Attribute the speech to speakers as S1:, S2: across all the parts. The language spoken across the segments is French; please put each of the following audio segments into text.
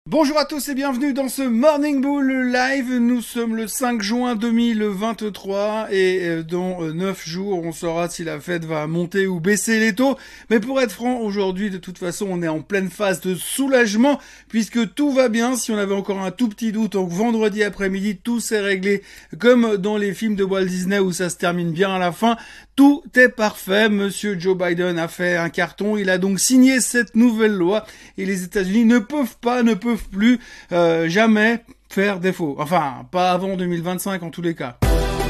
S1: Bonjour à tous et bienvenue dans ce Morning Bull Live. Nous sommes le 5 juin 2023 et dans 9 jours on saura si la Fed va monter ou baisser les taux. Mais pour être franc, aujourd'hui de toute façon on est en pleine phase de soulagement puisque tout va bien. Si on avait encore un tout petit doute, donc vendredi après-midi tout s'est réglé comme dans les films de Walt Disney où ça se termine bien à la fin. Tout est parfait. Monsieur Joe Biden a fait un carton. Il a donc signé cette nouvelle loi et les États-Unis ne peuvent plus jamais faire défaut. Enfin, pas avant 2025 en tous les cas.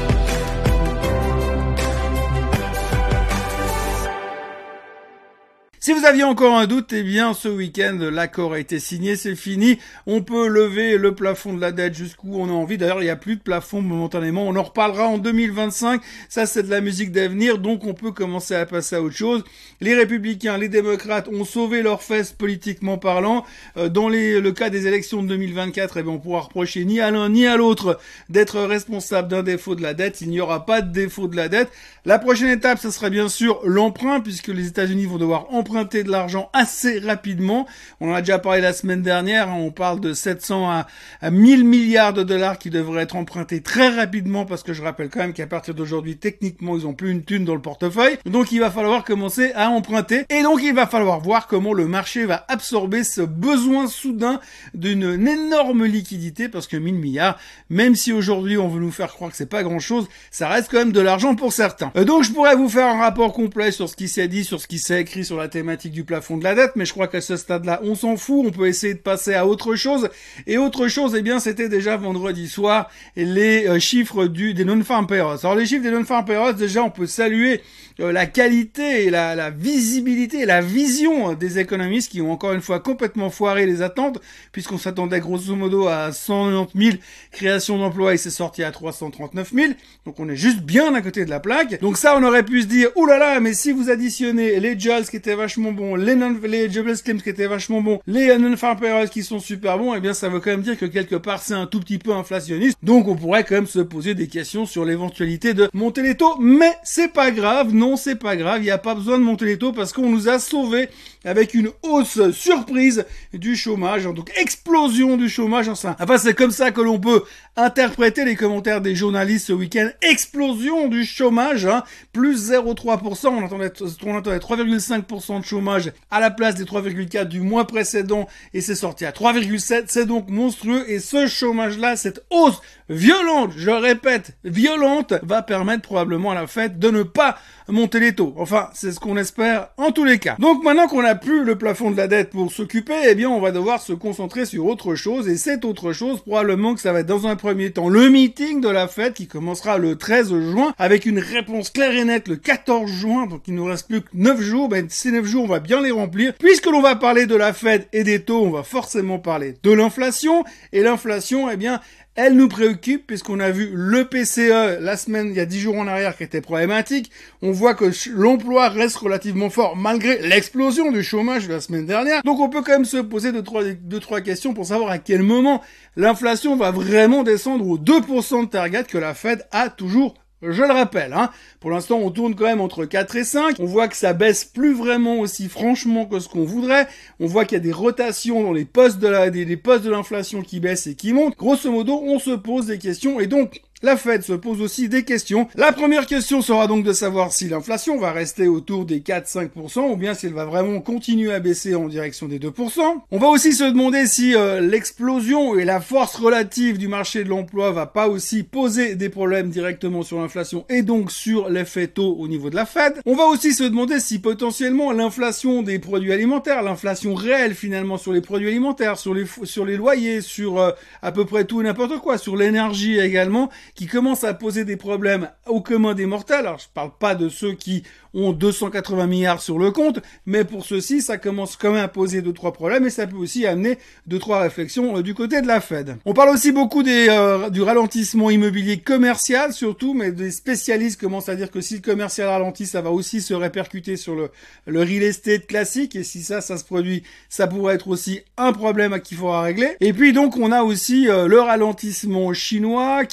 S1: Si vous aviez encore un doute, eh bien, ce week-end, l'accord a été signé, c'est fini. On peut lever le plafond de la dette jusqu'où on a envie. D'ailleurs, il n'y a plus de plafond momentanément. On en reparlera en 2025. Ça, c'est de la musique d'avenir. Donc, on peut commencer à passer à autre chose. Les républicains, les démocrates ont sauvé leurs fesses politiquement parlant. Dans le cas des élections de 2024, eh bien, on pourra reprocher ni à l'un ni à l'autre d'être responsable d'un défaut de la dette. Il n'y aura pas de défaut de la dette. La prochaine étape, ce sera bien sûr l'emprunt, puisque les États-Unis vont devoir emprunter de l'argent assez rapidement. On en a déjà parlé la semaine dernière, on parle de 700 à 1000 milliards de dollars qui devraient être empruntés très rapidement parce que je rappelle quand même qu'à partir d'aujourd'hui, techniquement, ils ont plus une thune dans le portefeuille. Donc il va falloir commencer à emprunter et donc il va falloir voir comment le marché va absorber ce besoin soudain d'une énorme liquidité parce que 1000 milliards, même si aujourd'hui on veut nous faire croire que c'est pas grand chose, ça reste quand même de l'argent pour certains. Donc je pourrais vous faire un rapport complet sur ce qui s'est dit, sur ce qui s'est écrit sur la thématique du plafond de la dette, mais je crois qu'à ce stade-là, on s'en fout, on peut essayer de passer à autre chose. Et autre chose, eh bien, c'était déjà vendredi soir, les chiffres des non-farm payrolls. Alors les chiffres des non-farm payrolls, déjà, on peut saluer la qualité et la visibilité et la vision des économistes qui ont encore une fois complètement foiré les attentes, puisqu'on s'attendait grosso modo à 190 000 créations d'emplois et c'est sorti à 339 000. Donc on est juste bien à côté de la plaque. Donc ça, on aurait pu se dire, oulala, mais si vous additionnez les jobs qui étaient vachement bons, les jobless claims qui étaient vachement bons, les non-farm payrolls qui sont super bons, eh bien ça veut quand même dire que quelque part c'est un tout petit peu inflationniste. Donc on pourrait quand même se poser des questions sur l'éventualité de monter les taux, mais c'est pas grave, non c'est pas grave, il n'y a pas besoin de monter les taux parce qu'on nous a sauvés avec une hausse surprise du chômage, donc explosion du chômage. Enfin c'est comme ça que l'on peut interpréter les commentaires des journalistes ce week-end. Explosion du chômage, plus 0,3%, on attendait 3,5% de chômage à la place des 3,4 du mois précédent et c'est sorti à 3,7, c'est donc monstrueux et ce chômage-là, cette hausse violente, je répète, violente, va permettre probablement à la Fed de ne pas monter les taux. Enfin, c'est ce qu'on espère en tous les cas. Donc maintenant qu'on n'a plus le plafond de la dette pour s'occuper, eh bien on va devoir se concentrer sur autre chose et cette autre chose, probablement que ça va être dans un premier temps le meeting de la Fed qui commencera le 13 juin avec une réponse claire et nette le 14 juin, donc il nous reste plus que 9 jours, ben ces 9 jours on va bien les remplir. Puisque l'on va parler de la Fed et des taux, on va forcément parler de l'inflation et l'inflation, eh bien elle nous préoccupe puisqu'on a vu le PCE la semaine, il y a 10 jours en arrière, qui était problématique. On voit que l'emploi reste relativement fort malgré l'explosion du chômage de la semaine dernière. Donc on peut quand même se poser deux, trois questions pour savoir à quel moment l'inflation va vraiment descendre aux 2% de target que la Fed a toujours. Je le rappelle, pour l'instant on tourne quand même entre 4 et 5, on voit que ça baisse plus vraiment aussi franchement que ce qu'on voudrait, on voit qu'il y a des rotations dans les postes des postes de l'inflation qui baissent et qui montent, grosso modo on se pose des questions et donc la Fed se pose aussi des questions. La première question sera donc de savoir si l'inflation va rester autour des 4-5% ou bien si elle va vraiment continuer à baisser en direction des 2%. On va aussi se demander si l'explosion et la force relative du marché de l'emploi va pas aussi poser des problèmes directement sur l'inflation et donc sur l'effet taux au niveau de la Fed. On va aussi se demander si potentiellement l'inflation des produits alimentaires, l'inflation réelle finalement sur les produits alimentaires, sur les loyers, sur à peu près tout et n'importe quoi, sur l'énergie également, qui commence à poser des problèmes au commun des mortels. Alors, je parle pas de ceux qui ont 280 milliards sur le compte, mais pour ceux-ci, ça commence quand même à poser 2-3 problèmes et ça peut aussi amener 2-3 réflexions du côté de la Fed. On parle aussi beaucoup du ralentissement immobilier commercial, surtout, mais des spécialistes commencent à dire que si le commercial ralentit, ça va aussi se répercuter sur le real estate classique et si ça se produit, ça pourrait être aussi un problème qu'il faudra régler. Et puis donc, on a aussi le ralentissement chinois qui pose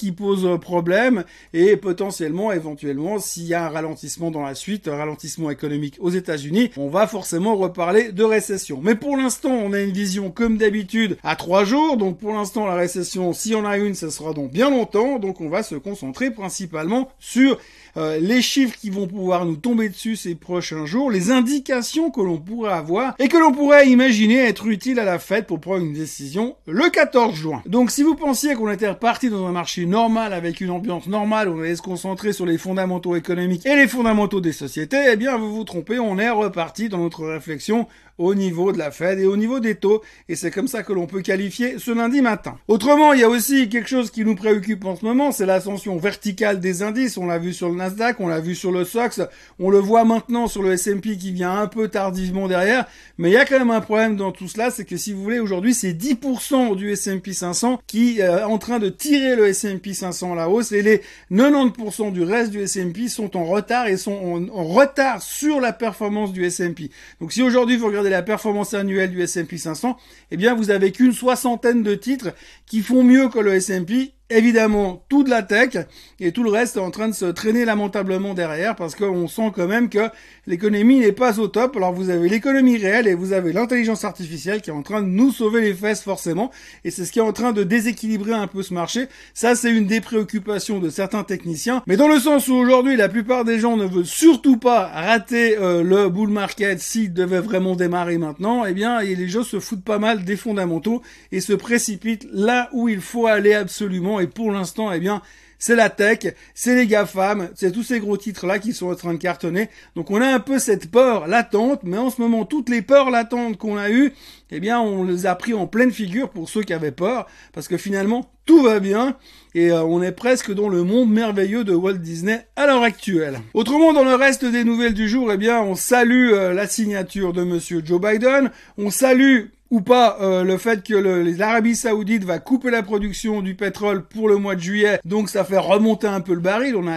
S1: problème et potentiellement, éventuellement, s'il y a un ralentissement dans la suite, un ralentissement économique aux États-Unis, on va forcément reparler de récession. Mais pour l'instant, on a une vision comme d'habitude à 3 jours. Donc pour l'instant, la récession, si on a une, ça sera dans bien longtemps. Donc on va se concentrer principalement sur les chiffres qui vont pouvoir nous tomber dessus ces prochains jours, les indications que l'on pourrait avoir et que l'on pourrait imaginer être utiles à la Fed pour prendre une décision le 14 juin. Donc si vous pensiez qu'on était reparti dans un marché normal avec une ambiance normale où on allait se concentrer sur les fondamentaux économiques et les fondamentaux des sociétés, eh bien vous vous trompez, on est reparti dans notre réflexion au niveau de la Fed et au niveau des taux, et c'est comme ça que l'on peut qualifier ce lundi matin. Autrement, il y a aussi quelque chose qui nous préoccupe en ce moment, c'est l'ascension verticale des indices. On l'a vu sur le Nasdaq, on l'a vu sur le SOX, on le voit maintenant sur le S&P qui vient un peu tardivement derrière, mais il y a quand même un problème dans tout cela, c'est que si vous voulez, aujourd'hui, c'est 10% du S&P 500 qui est en train de tirer le S&P 500 à la hausse, et les 90% du reste du S&P sont en retard et sont en retard sur la performance du S&P. Donc si aujourd'hui vous regardez la performance annuelle du S&P 500, eh bien vous avez qu'une 60aine de titres qui font mieux que le S&P. Évidemment, tout de la tech et tout le reste est en train de se traîner lamentablement derrière parce qu'on sent quand même que l'économie n'est pas au top. Alors vous avez l'économie réelle et vous avez l'intelligence artificielle qui est en train de nous sauver les fesses forcément, et c'est ce qui est en train de déséquilibrer un peu ce marché. Ça, c'est une des préoccupations de certains techniciens, mais dans le sens où aujourd'hui la plupart des gens ne veulent surtout pas rater le bull market s'il devait vraiment démarrer maintenant. Eh bien, les gens se foutent pas mal des fondamentaux et se précipitent là où il faut aller absolument. Et pour l'instant, eh bien, c'est la tech, c'est les GAFAM, c'est tous ces gros titres-là qui sont en train de cartonner. Donc on a un peu cette peur latente, mais en ce moment, toutes les peurs latentes qu'on a eues, eh bien, on les a pris en pleine figure pour ceux qui avaient peur, parce que finalement, tout va bien, et on est presque dans le monde merveilleux de Walt Disney à l'heure actuelle. Autrement, dans le reste des nouvelles du jour, eh bien, on salue la signature de monsieur Joe Biden, on salue ou pas le fait que l'Arabie Saoudite va couper la production du pétrole pour le mois de juillet, donc ça fait remonter un peu le baril. On a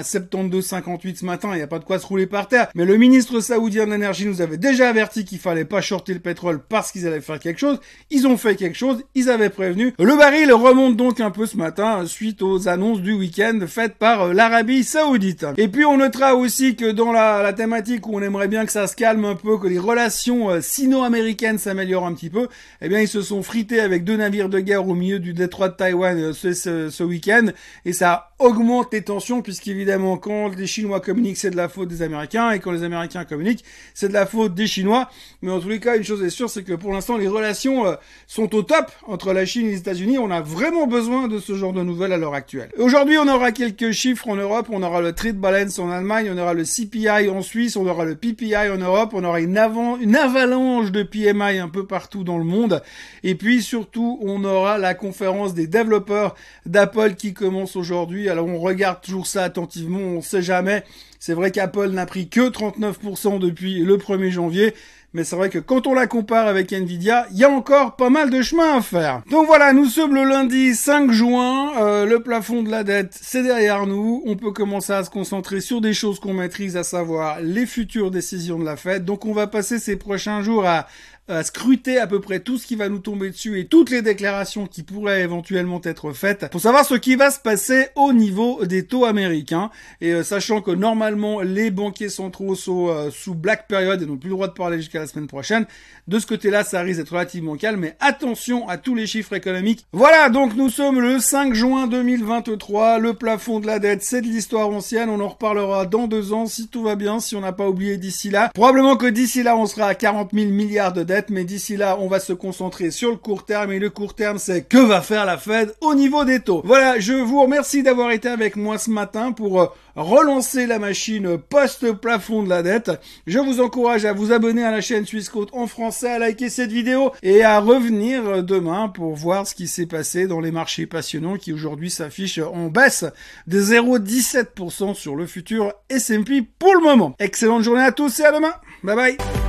S1: 72,58 ce matin, il n'y a pas de quoi se rouler par terre, mais le ministre saoudien de l'énergie nous avait déjà averti qu'il fallait pas shorter le pétrole parce qu'ils allaient faire quelque chose. Ils ont fait quelque chose, ils avaient prévenu. Le baril remonte donc un peu ce matin suite aux annonces du week-end faites par l'Arabie Saoudite. Et puis on notera aussi que dans la thématique où on aimerait bien que ça se calme un peu, que les relations sino-américaines s'améliorent un petit peu, eh bien ils se sont frités avec 2 navires de guerre au milieu du détroit de Taïwan ce week-end, et ça augmente les tensions, puisqu'évidemment quand les Chinois communiquent, c'est de la faute des Américains, et quand les Américains communiquent, c'est de la faute des Chinois. Mais en tous les cas, une chose est sûre, c'est que pour l'instant les relations sont au top entre la Chine et les États-Unis. On a vraiment besoin de ce genre de nouvelles à l'heure actuelle. Aujourd'hui, on aura quelques chiffres en Europe, on aura le trade balance en Allemagne, on aura le CPI en Suisse, on aura le PPI en Europe, on aura une avalanche de PMI un peu partout dans le monde, et puis surtout on aura la conférence des développeurs d'Apple qui commence aujourd'hui. Alors on regarde toujours ça attentivement, on sait jamais. C'est vrai qu'Apple n'a pris que 39% depuis le 1er janvier, mais c'est vrai que quand on la compare avec Nvidia, il y a encore pas mal de chemin à faire. Donc voilà, nous sommes le lundi 5 juin, le plafond de la dette, c'est derrière nous. On peut commencer à se concentrer sur des choses qu'on maîtrise, à savoir les futures décisions de la Fed. Donc on va passer ces prochains jours à scruter à peu près tout ce qui va nous tomber dessus et toutes les déclarations qui pourraient éventuellement être faites pour savoir ce qui va se passer au niveau des taux américains. Et sachant que normalement les banquiers centraux sont sous black period et n'ont plus le droit de parler jusqu'à la semaine prochaine, de ce côté-là ça risque d'être relativement calme, mais attention à tous les chiffres économiques. Voilà, donc nous sommes le 5 juin 2023, le plafond de la dette c'est de l'histoire ancienne, on en reparlera dans 2 ans si tout va bien, si on n'a pas oublié d'ici là. Probablement que d'ici là on sera à 40 000 milliards de dettes, mais d'ici là, on va se concentrer sur le court terme, et le court terme, c'est que va faire la Fed au niveau des taux. Voilà, je vous remercie d'avoir été avec moi ce matin pour relancer la machine post-plafond de la dette. Je vous encourage à vous abonner à la chaîne Swissquote en français, à liker cette vidéo et à revenir demain pour voir ce qui s'est passé dans les marchés passionnants qui aujourd'hui s'affichent en baisse de 0,17% sur le futur S&P pour le moment. Excellente journée à tous et à demain. Bye bye.